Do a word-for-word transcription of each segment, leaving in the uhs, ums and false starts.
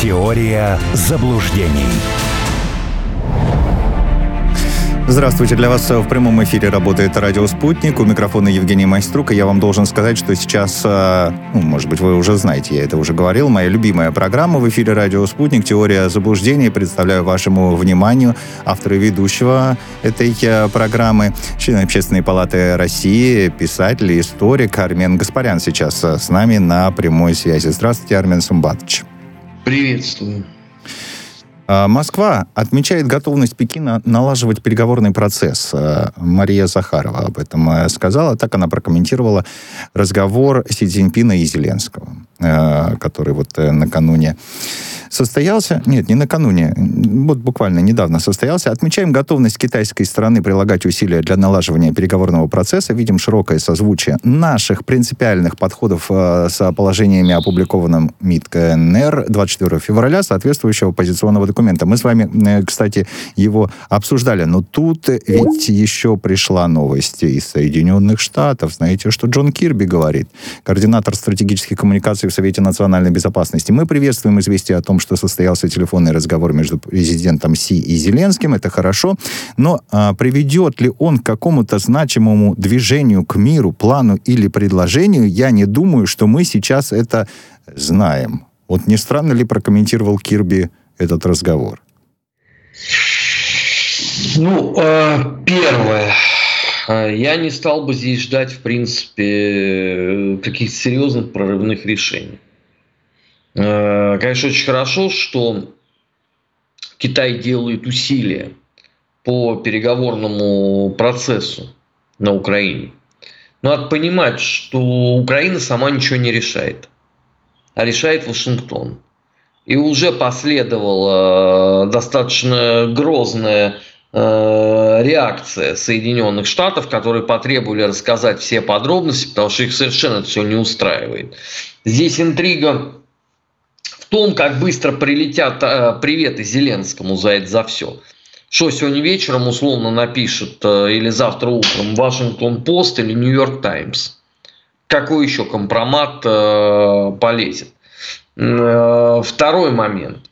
Теория заблуждений. Здравствуйте, для вас в прямом эфире работает радио «Спутник». У микрофона Евгений Майструк. И я вам должен сказать, что сейчас, ну, может быть, вы уже знаете, я это уже говорил, моя любимая программа в эфире радио «Спутник» «Теория заблуждений». Представляю вашему вниманию автора и ведущего этой программы, член Общественной палаты России, писатель и историк Армен Гаспарян сейчас с нами на прямой связи. Здравствуйте, Армен Сумбатович. Приветствую. Москва отмечает готовность Пекина налаживать переговорный процесс. Мария Захарова об этом сказала. Так она прокомментировала разговор Си Цзиньпина и Зеленского, который вот накануне состоялся. Нет, не накануне. Вот буквально недавно состоялся. Отмечаем готовность китайской стороны прилагать усилия для налаживания переговорного процесса. Видим широкое созвучие наших принципиальных подходов с положениями, опубликованным МИД КНР двадцать четвёртого февраля, соответствующего позиционного документа. Мы с вами, кстати, его обсуждали. Но тут ведь еще пришла новость из Соединенных Штатов. Знаете, что Джон Кирби говорит, координатор стратегических коммуникаций в Совете национальной безопасности. Мы приветствуем известие о том, что состоялся телефонный разговор между президентом Си и Зеленским. Это хорошо. Но а, приведет ли он к какому-то значимому движению к миру, плану или предложению, я не думаю, что мы сейчас это знаем. Вот не странно ли прокомментировал Кирби этот разговор? Ну, э, первое. Я не стал бы здесь ждать, в принципе, каких-то серьезных прорывных решений. Конечно, очень хорошо, что Китай делает усилия по переговорному процессу на Украине. Но надо понимать, что Украина сама ничего не решает, а решает Вашингтон. И уже последовала достаточно грозная реакция Соединенных Штатов, которые потребовали рассказать все подробности, потому что их совершенно это все не устраивает. Здесь интрига в том, как быстро прилетят э, приветы Зеленскому за это, за все. Что сегодня вечером условно напишет э, или завтра утром Вашингтон-Пост или Нью-Йорк Таймс. Какой еще компромат э, полезет? Э, второй момент.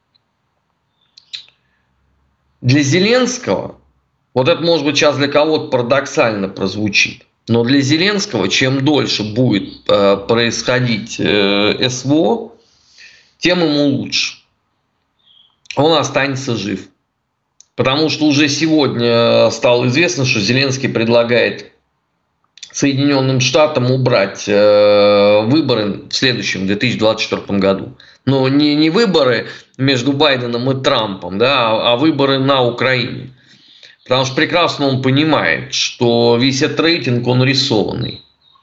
Для Зеленского, вот это может быть сейчас для кого-то парадоксально прозвучит, но для Зеленского чем дольше будет э, происходить э, СВО, тем ему лучше. Он останется жив. Потому что уже сегодня стало известно, что Зеленский предлагает Соединенным Штатам убрать э, выборы в следующем две тысячи двадцать четвёртом году. Но не, не выборы между Байденом и Трампом, да, а, а выборы на Украине. Потому что прекрасно он понимает, что весь этот рейтинг, он рисованный.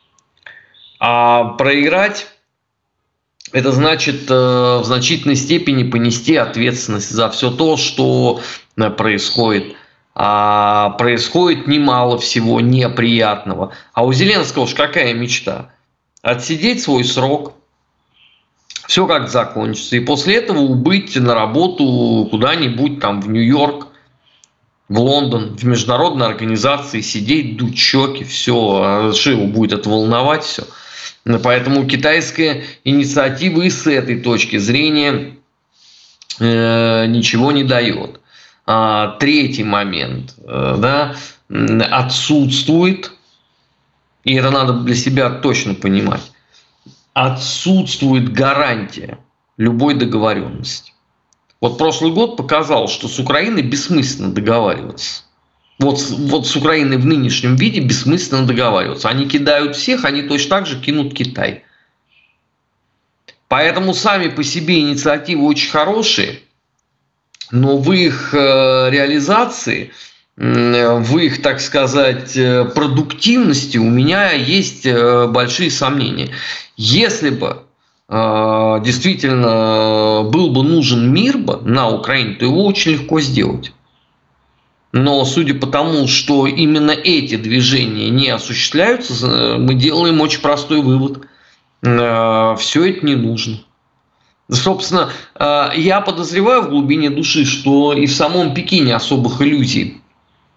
А проиграть — это значит э, в значительной степени понести ответственность за все то, что э, происходит. А происходит немало всего неприятного. А у Зеленского уж какая мечта? Отсидеть свой срок, все как закончится, и после этого убыть на работу куда-нибудь там в Нью-Йорк, в Лондон, в международной организации, сидеть, дуть щеки, все, что его будет это волновать, все. Поэтому китайская инициатива и с этой точки зрения э, ничего не дает. А, третий момент, э, да, отсутствует, и это надо для себя точно понимать, отсутствует гарантия любой договоренности. Вот прошлый год показал, что с Украиной бессмысленно договариваться. Вот, вот с Украиной в нынешнем виде бессмысленно договариваться. Они кидают всех, они точно так же кинут Китай. Поэтому сами по себе инициативы очень хорошие, но в их реализации, в их, так сказать, продуктивности у меня есть большие сомнения. Если бы действительно был бы нужен мир бы на Украине, то его очень легко сделать. Но судя по тому, что именно эти движения не осуществляются, мы делаем очень простой вывод. Все это не нужно. Собственно, я подозреваю в глубине души, что и в самом Пекине особых иллюзий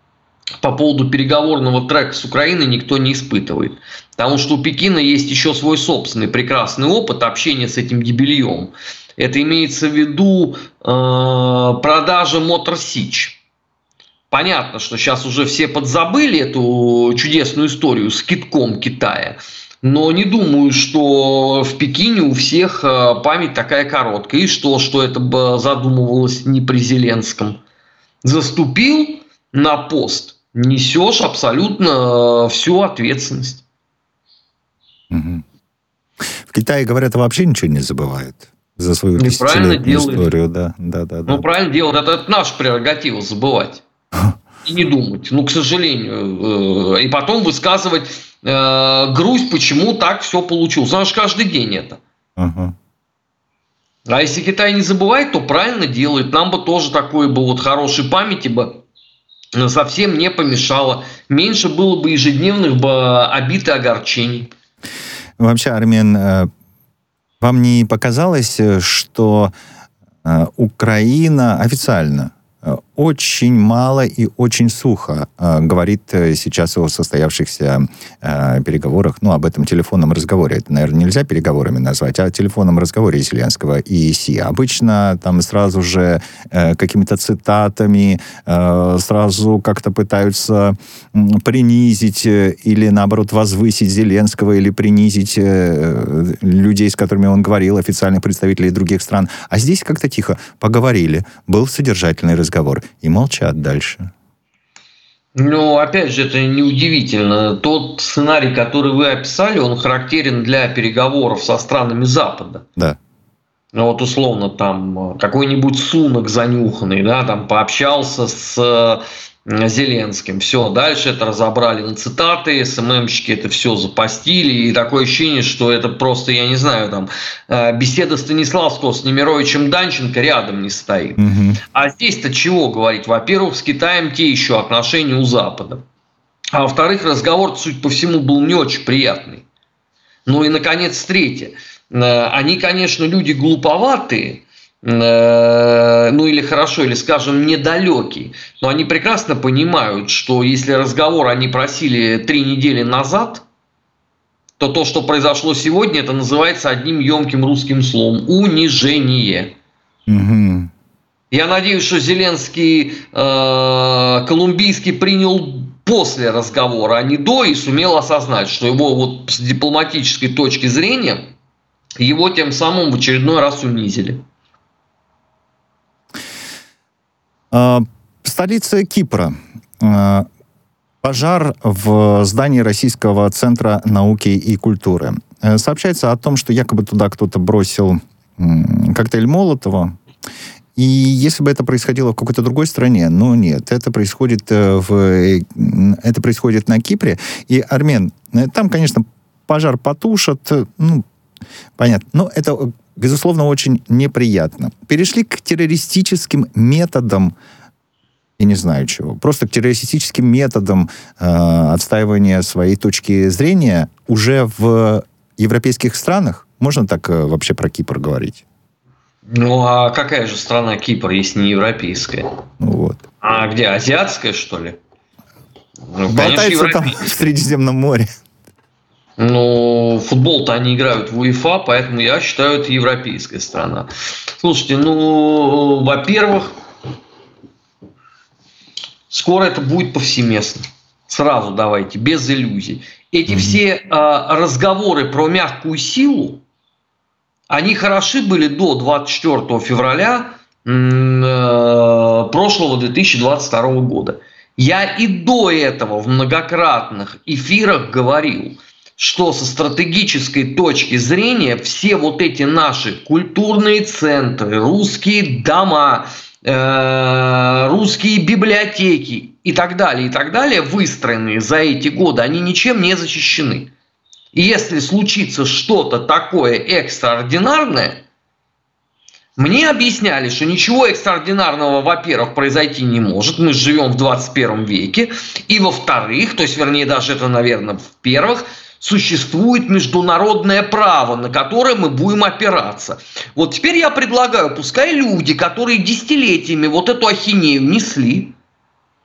по поводу переговорного трека с Украиной никто не испытывает. Потому что у Пекина есть еще свой собственный прекрасный опыт общения с этим дебильем. Это имеется в виду э, продажа Motor Sich. Понятно, что сейчас уже все подзабыли эту чудесную историю с китком Китая. Но не думаю, что в Пекине у всех память такая короткая. И что, что это задумывалось не при Зеленском. Заступил на пост, несешь абсолютно всю ответственность. Угу. В Китае, говорят, вообще ничего не забывают за свою тысячелетнюю историю. Да, да, да, да. Ну, правильно делают. Это, это наша прерогатива забывать. И не думать. Ну, к сожалению. И потом высказывать э, грусть, почему так все получилось. Знаешь, каждый день это. Uh-huh. А если Китай не забывает, то правильно делает. Нам бы тоже такой бы вот хорошей памяти бы совсем не помешало. Меньше было бы ежедневных бы обид и огорчений. Вообще, Армен, вам не показалось, что Украина официально очень мало и очень сухо э, говорит сейчас о состоявшихся э, переговорах, ну, об этом телефонном разговоре. Это, наверное, нельзя переговорами назвать, а о телефонном разговоре Зеленского и Си. Обычно там сразу же э, какими-то цитатами э, сразу как-то пытаются э, принизить э, или, наоборот, возвысить Зеленского или принизить э, людей, с которыми он говорил, официальных представителей других стран. А здесь как-то тихо поговорили, был содержательный разговор. И молчат дальше. Ну, опять же, это неудивительно. Тот сценарий, который вы описали, он характерен для переговоров со странами Запада. Да. Ну, вот условно там какой-нибудь Сунак занюханный, да, там пообщался с Зеленским. Все, дальше это разобрали на цитаты, СММщики это все запостили, и такое ощущение, что это просто, я не знаю, там беседа Станиславского с Немировичем Данченко рядом не стоит. Угу. А здесь-то чего говорить? Во-первых, с Китаем те еще отношения у Запада. А во-вторых, разговор, судя по всему, был не очень приятный. Ну и, наконец, третье. Они, конечно, люди глуповатые, ну или хорошо, или, скажем, недалекие, но они прекрасно понимают, что если разговор они просили три недели назад, то то, что произошло сегодня, это называется одним емким русским словом – унижение. Угу. Я надеюсь, что Зеленский э, колумбийский принял после разговора, а не до, и сумел осознать, что его вот с дипломатической точки зрения его тем самым в очередной раз унизили. Столица Кипра. Пожар в здании Российского центра науки и культуры. Сообщается о том, что якобы туда кто-то бросил коктейль Молотова. И если бы это происходило в какой-то другой стране, но нет, это происходит, в, это происходит на Кипре. И, Армен, там, конечно, пожар потушат, ну, понятно, но это... безусловно, очень неприятно. Перешли к террористическим методам, я не знаю чего, просто к террористическим методам э, отстаивания своей точки зрения уже в европейских странах? Можно так э, вообще про Кипр говорить? Ну, а какая же страна Кипр, если не европейская? Ну, вот. А где, азиатская, что ли? Ну, болтается конечно, там в Средиземном море. Ну, футбол-то они играют в УЕФА, поэтому я считаю, это европейская страна. Слушайте, ну, во-первых, скоро это будет повсеместно. Сразу давайте, без иллюзий. Эти mm-hmm. все э, разговоры про мягкую силу, они хороши были до двадцать четвёртого февраля э, прошлого две тысячи двадцать второго года. Я и до этого в многократных эфирах говорил, что со стратегической точки зрения все вот эти наши культурные центры, русские дома, э, русские библиотеки и так далее, и так далее, выстроенные за эти годы, они ничем не защищены. И если случится что-то такое экстраординарное, мне объясняли, что ничего экстраординарного, во-первых, произойти не может, мы живем в двадцать первом веке, и во-вторых, то есть, вернее, даже это, наверное, в-первых, существует международное право, на которое мы будем опираться. Вот теперь я предлагаю, пускай люди, которые десятилетиями вот эту ахинею несли,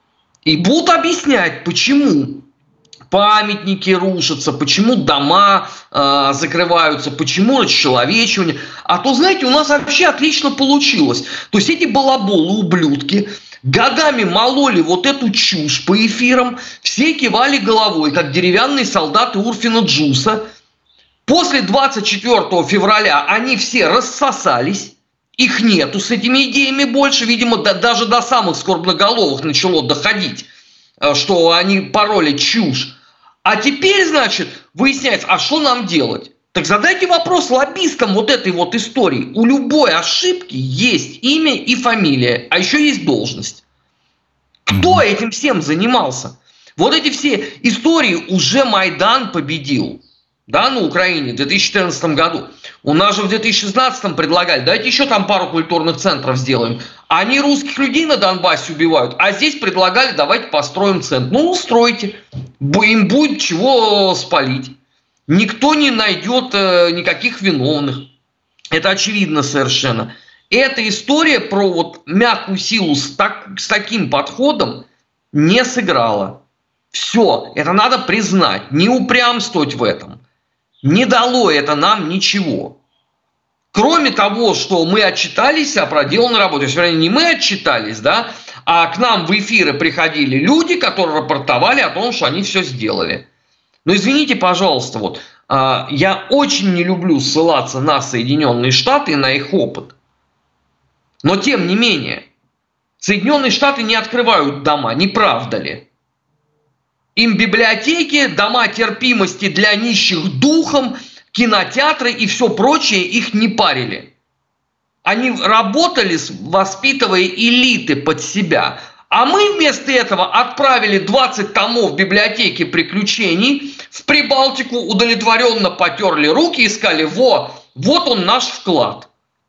И будут объяснять, почему памятники рушатся, почему дома э, закрываются, почему расчеловечивание. А то, знаете, у нас вообще отлично получилось. То есть эти балаболы, ублюдки, годами мололи вот эту чушь по эфирам, все кивали головой, как деревянные солдаты Урфина Джуса. После двадцать четвёртого февраля они все рассосались, их нету с этими идеями больше, видимо, до, даже до самых скорбноголовых начало доходить, что они пароли чушь. А теперь, значит, выясняется, а что нам делать? Так задайте вопрос лоббистам вот этой вот истории. У любой ошибки есть имя и фамилия, а еще есть должность. Кто этим всем занимался? Вот эти все истории уже Майдан победил. Да, на Украине в две тысячи четырнадцатом году. У нас же в две тысячи шестнадцатом предлагали, давайте еще там пару культурных центров сделаем. Они русских людей на Донбассе убивают, а здесь предлагали, давайте построим центр. Ну, устройте. Им будет чего спалить. Никто не найдет э, никаких виновных. Это очевидно совершенно. Эта история про вот мягкую силу с, так, с таким подходом не сыграла. Все, это надо признать, не упрямствовать в этом. Не дало это нам ничего. Кроме того, что мы отчитались о проделанной работе. То есть, вернее, не мы отчитались, да, а к нам в эфиры приходили люди, которые рапортовали о том, что они все сделали. Но извините, пожалуйста, вот, э, я очень не люблю ссылаться на Соединенные Штаты и на их опыт. Но тем не менее, Соединенные Штаты не открывают дома, не правда ли? Им библиотеки, дома терпимости для нищих духом, кинотеатры и все прочее их не парили. Они работали, воспитывая элиты под себя. А мы вместо этого отправили двадцать томов библиотеки приключений в Прибалтику, удовлетворенно потерли руки и сказали, во, вот он наш вклад.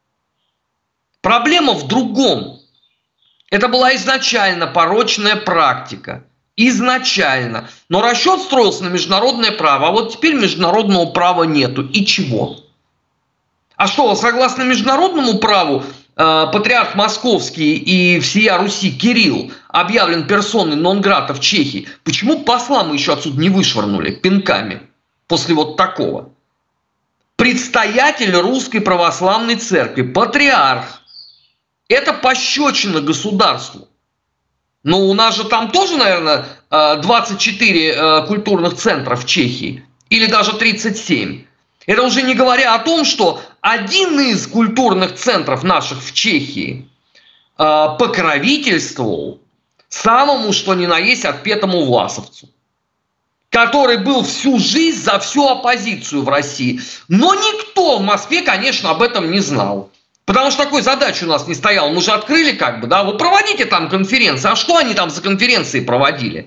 Проблема в другом. Это была изначально порочная практика. Изначально. Но расчет строился на международное право. А вот теперь международного права нету. И чего? А что, согласно международному праву, э, патриарх Московский и всея Руси Кирилл объявлен персоной нон-грата в Чехии. Почему посла мы еще отсюда не вышвырнули пинками после вот такого? Предстоятель Русской Православной Церкви, патриарх. Это пощечина государству. Но у нас же там тоже, наверное, двадцать четыре культурных центра в Чехии. Или даже тридцать семь. Это уже не говоря о том, что один из культурных центров наших в Чехии покровительствовал самому, что ни на есть, отпетому власовцу. Который был всю жизнь за всю оппозицию в России. Но никто в Москве, конечно, об этом не знал. Потому что такой задачи у нас не стояло. Мы же открыли как бы, да, вы проводите там конференции. А что они там за конференции проводили?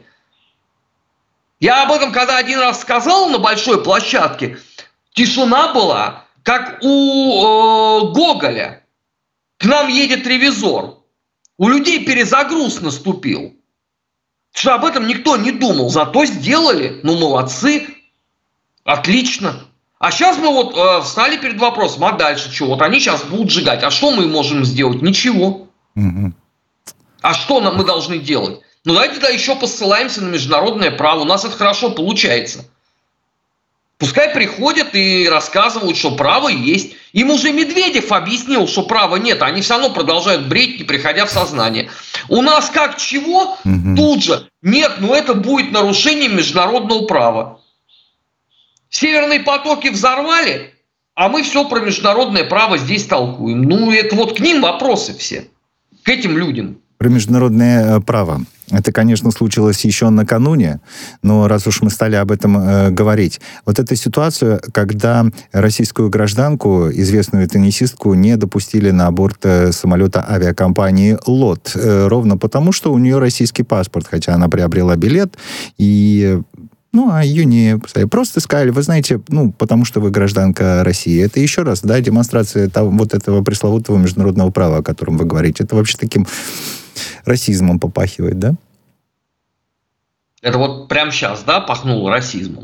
Я об этом когда один раз сказал на большой площадке, тишина была, как у э, Гоголя. К нам едет ревизор. У людей перезагруз наступил. Что об этом никто не думал. Зато сделали. Ну, молодцы. Отлично. А сейчас мы вот э, встали перед вопросом, а дальше что? Вот они сейчас будут сжигать. А что мы можем сделать? Ничего. Угу. А что нам мы должны делать? Ну, давайте тогда еще посылаемся на международное право. У нас это хорошо получается. Пускай приходят и рассказывают, что право есть. Им уже Медведев объяснил, что права нет. Они все равно продолжают бредить, не приходя в сознание. У нас как чего? Угу. Тут же. Нет, ну это будет нарушением международного права. Северные потоки взорвали, а мы все про международное право здесь толкуем. Ну, это вот к ним вопросы все, к этим людям. Про международное право. Это, конечно, случилось еще накануне, но раз уж мы стали об этом э, говорить. Вот эта ситуация, когда российскую гражданку, известную теннисистку, не допустили на борт э, самолета авиакомпании «Лот», э, ровно потому, что у нее российский паспорт, хотя она приобрела билет, и... Ну, а ее не просто сказали, вы знаете, ну, потому что вы гражданка России. Это еще раз, да, демонстрация того, вот этого пресловутого международного права, о котором вы говорите. Это вообще таким расизмом попахивает, да? Это вот прямо сейчас, да, пахнуло расизмом.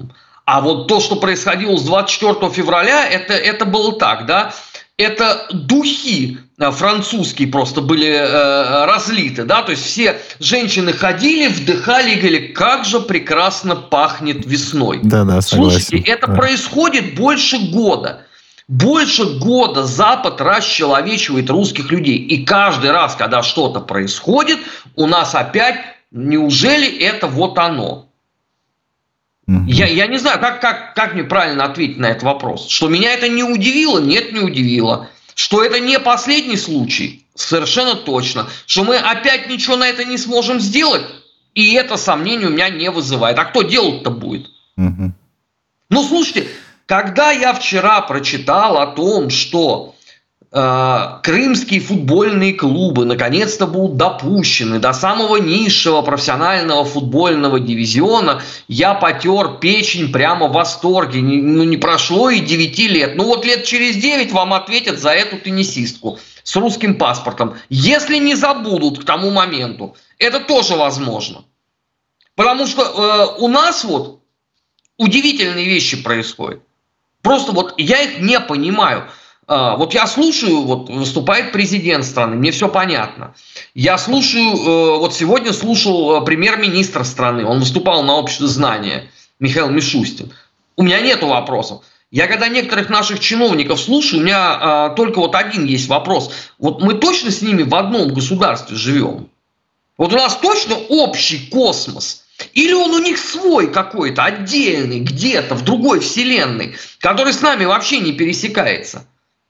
А вот то, что происходило с двадцать четвёртого февраля, это, это было так, да? Это духи французские просто были э, разлиты, да? То есть все женщины ходили, вдыхали и говорили, как же прекрасно пахнет весной. Да-да, согласен. Слушайте, это да. происходит больше года. Больше года Запад расчеловечивает русских людей. И каждый раз, когда что-то происходит, у нас опять, неужели это вот оно? Mm-hmm. Я, я не знаю, как, как, как мне правильно ответить на этот вопрос. Что меня это не удивило? Нет, не удивило. Что это не последний случай? Совершенно точно. Что мы опять ничего на это не сможем сделать? И это сомнение у меня не вызывает. А кто делать-то будет? Mm-hmm. Ну, слушайте, когда я вчера прочитал о том, что э, крымские футбольные клубы наконец-то будут допущены до самого низшего профессионального футбольного дивизиона, я потер печень прямо в восторге. Не, ну, не прошло и девяти лет. Ну, вот лет через девять вам ответят за эту теннисистку с русским паспортом. Если не забудут к тому моменту, это тоже возможно. Потому что э, у нас вот удивительные вещи происходят. Просто вот я их не понимаю. Вот я слушаю, вот выступает президент страны, мне все понятно. Я слушаю, вот сегодня слушал премьер-министр страны, он выступал на обществе знания, Михаил Мишустин. У меня нету вопросов. Я когда некоторых наших чиновников слушаю, у меня только вот один есть вопрос. Вот мы точно с ними в одном государстве живем? Вот у нас точно общий космос? Или он у них свой какой-то, отдельный, где-то, в другой вселенной, который с нами вообще не пересекается?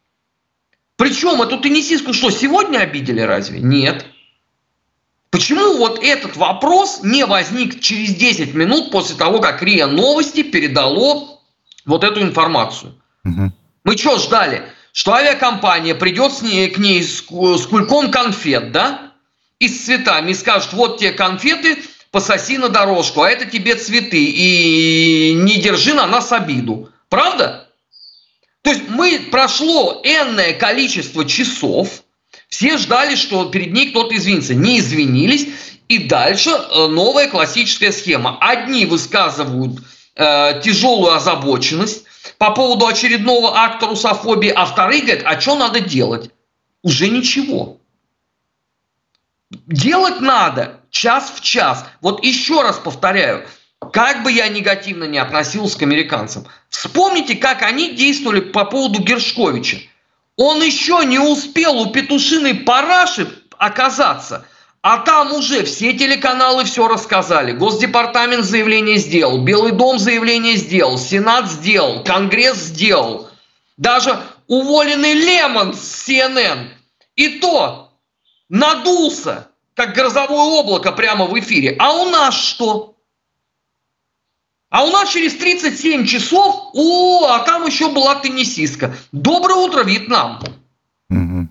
Причем эту теннисистку что, сегодня обидели разве? Нет. Почему вот этот вопрос не возник через десять минут после того, как РИА Новости передало вот эту информацию? Угу. Мы что ждали? Что авиакомпания придет с ней, к ней с, с кульком конфет, да? И с цветами, и скажет, вот те конфеты, пососи на дорожку, а это тебе цветы, и не держи на нас обиду. Правда? То есть мы прошло энное количество часов, все ждали, что перед ней кто-то извинится. Не извинились, и дальше новая классическая схема. Одни высказывают э, тяжелую озабоченность по поводу очередного акта русофобии, а вторые говорят, а что надо делать? Уже ничего. Делать надо час в час. Вот еще раз повторяю, как бы я негативно не относился к американцам, вспомните, как они действовали по поводу Гершковича. Он еще не успел у петушиной параши оказаться, а там уже все телеканалы все рассказали. Госдепартамент заявление сделал, Белый дом заявление сделал, Сенат сделал, Конгресс сделал. Даже уволенный Лемон с си эн эн и то надулся, как грозовое облако прямо в эфире. А у нас что? А у нас через тридцать семь часов, о, а там еще была теннисистка. Доброе утро, Вьетнам. Угу.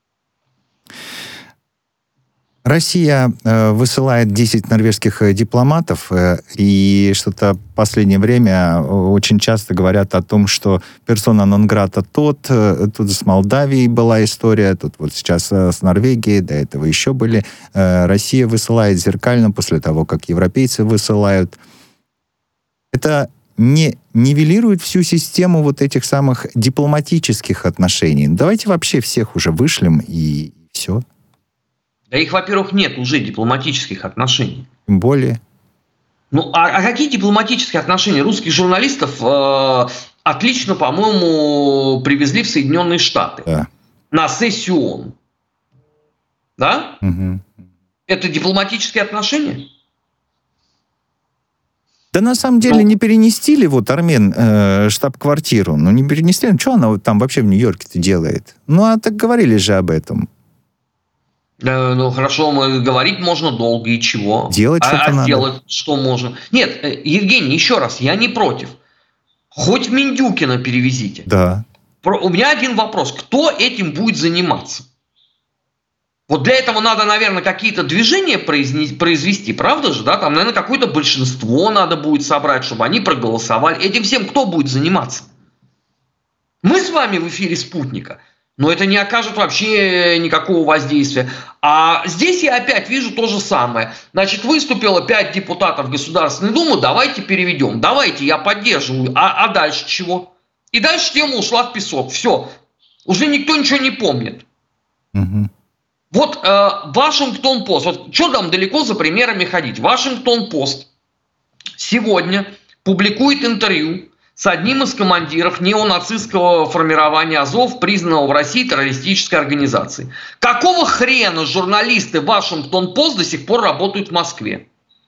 Россия э, высылает десять норвежских дипломатов, э, и что-то в последнее время очень часто говорят о том, что персона нон-грата тот, э, тут с Молдавией была история, тут вот сейчас э, с Норвегией, до этого еще были. Э, Россия высылает зеркально после того, как европейцы высылают. Это не нивелирует всю систему вот этих самых дипломатических отношений. Давайте вообще всех уже вышлем, и все. Да их, во-первых, нет уже дипломатических отношений. Тем более. Ну, а, а какие дипломатические отношения? Русских журналистов э, отлично, по-моему, привезли в Соединенные Штаты. Да. На сессию ООН. Да? Угу. Это дипломатические отношения? Да на самом деле ну, не перенести ли вот Армен э, штаб-квартиру? Ну не перенесли. Ну что она вот там вообще в Нью-Йорке-то делает? Ну а так говорили же об этом. Ну, хорошо, мы говорить можно долго, и чего? Делать а, что-то а надо. делать что можно? Нет, Евгений, еще раз, я не против. Хоть Миндюкина перевезите. Да. Про, у меня один вопрос. Кто этим будет заниматься? Вот для этого надо, наверное, какие-то движения произвести, правда же? Да? Там, наверное, какое-то большинство надо будет собрать, чтобы они проголосовали. Этим всем кто будет заниматься? Мы с вами в эфире «Спутника». но это не окажет вообще никакого воздействия. А здесь я опять вижу то же самое. Значит, выступило пять депутатов Государственной Думы, давайте переведем, давайте, я поддерживаю. А, а дальше чего? И дальше тема ушла в песок. Все, уже никто ничего не помнит. Угу. Вот э, Вашингтон-Пост, вот что там далеко за примерами ходить? Вашингтон-Пост сегодня публикует интервью с одним из командиров неонацистского формирования Азов, признанного в России террористической организацией. Какого хрена журналисты Вашингтон-Пост до сих пор работают в Москве?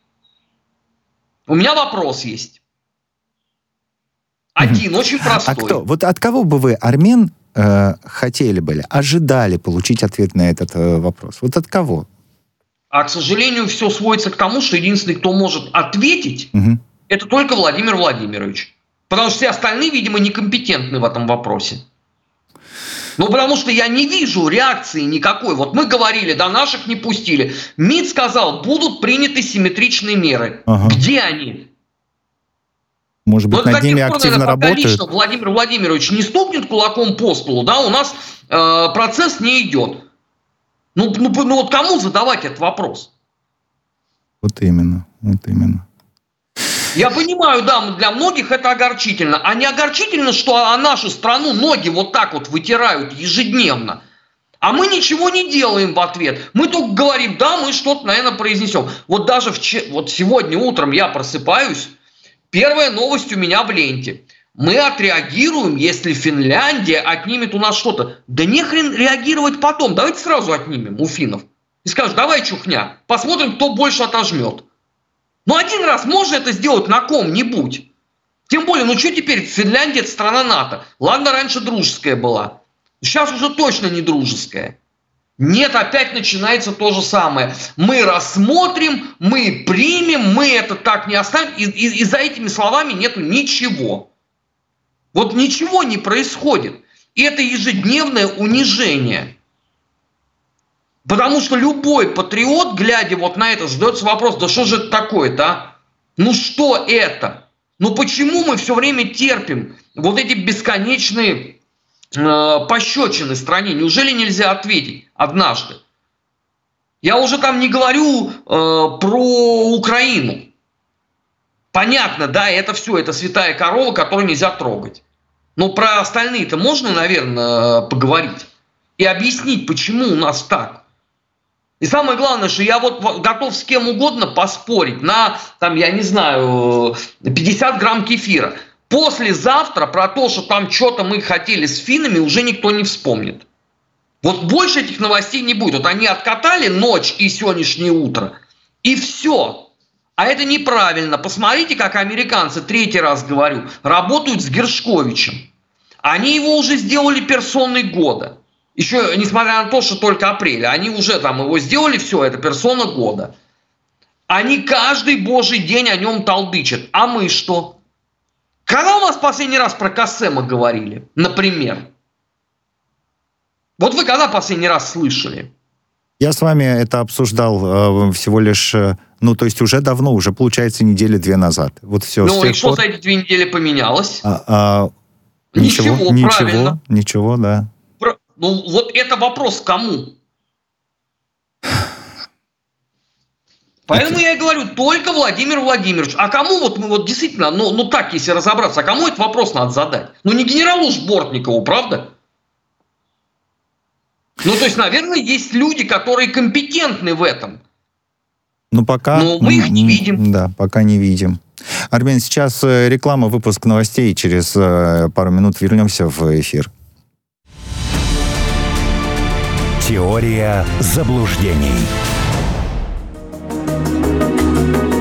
У меня вопрос есть. Один, очень простой. А кто? Вот от кого бы вы, Армен, э, хотели бы, ожидали получить ответ на этот э, вопрос? Вот от кого? А, к сожалению, все сводится к тому, что единственный, кто может ответить, угу. это только Владимир Владимирович. Потому что все остальные, видимо, некомпетентны в этом вопросе. Ну, потому что я не вижу реакции никакой. Вот мы говорили, да, наших не пустили. МИД сказал, будут приняты симметричные меры. Ага. Где они? Может быть, над ними активно работают? Лично Владимир Владимирович не стукнет кулаком по столу, да, у нас э, процесс не идет. Ну, ну, ну, вот кому задавать этот вопрос? Вот именно, вот именно. Я понимаю, да, для многих это огорчительно. А не огорчительно, что о нашу страну ноги вот так вот вытирают ежедневно. А мы ничего не делаем в ответ. Мы только говорим, да, мы что-то, наверное, произнесем. Вот даже вчера, вот сегодня утром я просыпаюсь, первая новость у меня в ленте. Мы отреагируем, если Финляндия отнимет у нас что-то. Да нехрен реагировать потом. Давайте сразу отнимем у финнов. И скажут, давай, чухня, посмотрим, кто больше отожмет. Ну, один раз можно это сделать на ком-нибудь. Тем более, ну что теперь, Финляндия – это страна НАТО. Ладно, раньше дружеская была. Сейчас уже точно не дружеская. Нет, опять начинается то же самое. Мы рассмотрим, мы примем, мы это так не оставим. И, и, и за этими словами нету ничего. Вот ничего не происходит. И это ежедневное унижение. Потому что любой патриот, глядя вот на это, задается вопрос, да что же это такое-то, а? Ну что это? Ну почему мы все время терпим вот эти бесконечные э, пощечины стране? Неужели нельзя ответить однажды? Я уже там не говорю э, про Украину. Понятно, да, это все, это святая корова, которую нельзя трогать. Но про остальные-то можно, наверное, поговорить и объяснить, почему у нас так. И самое главное, что я вот готов с кем угодно поспорить на, там, я не знаю, пятьдесят грамм кефира. Послезавтра про то, что там что-то мы хотели с финнами, уже никто не вспомнит. Вот больше этих новостей не будет. Вот они откатали ночь и сегодняшнее утро, и все. А это неправильно. Посмотрите, как американцы, третий раз говорю, работают с Гершковичем. Они его уже сделали персоной года. Еще, несмотря на то, что только апрель, они уже там его сделали, все, это персона года. Они каждый божий день о нем толдычат. А мы что? Когда у вас последний раз про Кассема говорили, например? Вот вы когда последний раз слышали? Я с вами это обсуждал э, всего лишь, э, ну, то есть уже давно, уже, получается, недели две назад. Вот все. Ну, и что пор... за эти две недели поменялось? А, а, ничего, ничего, ничего, правильно. Ничего, да. Ну, вот это вопрос кому? Поэтому я и говорю, только Владимир Владимирович. А кому вот мы вот действительно, ну, ну так, если разобраться, а кому этот вопрос надо задать? Ну, не генералу ж Бортникову, правда? Ну, то есть, наверное, есть люди, которые компетентны в этом. Ну, пока... Но мы их не видим. Да, пока не видим. Армен, сейчас реклама, выпуск новостей. Через пару минут вернемся в эфир. Теория заблуждений.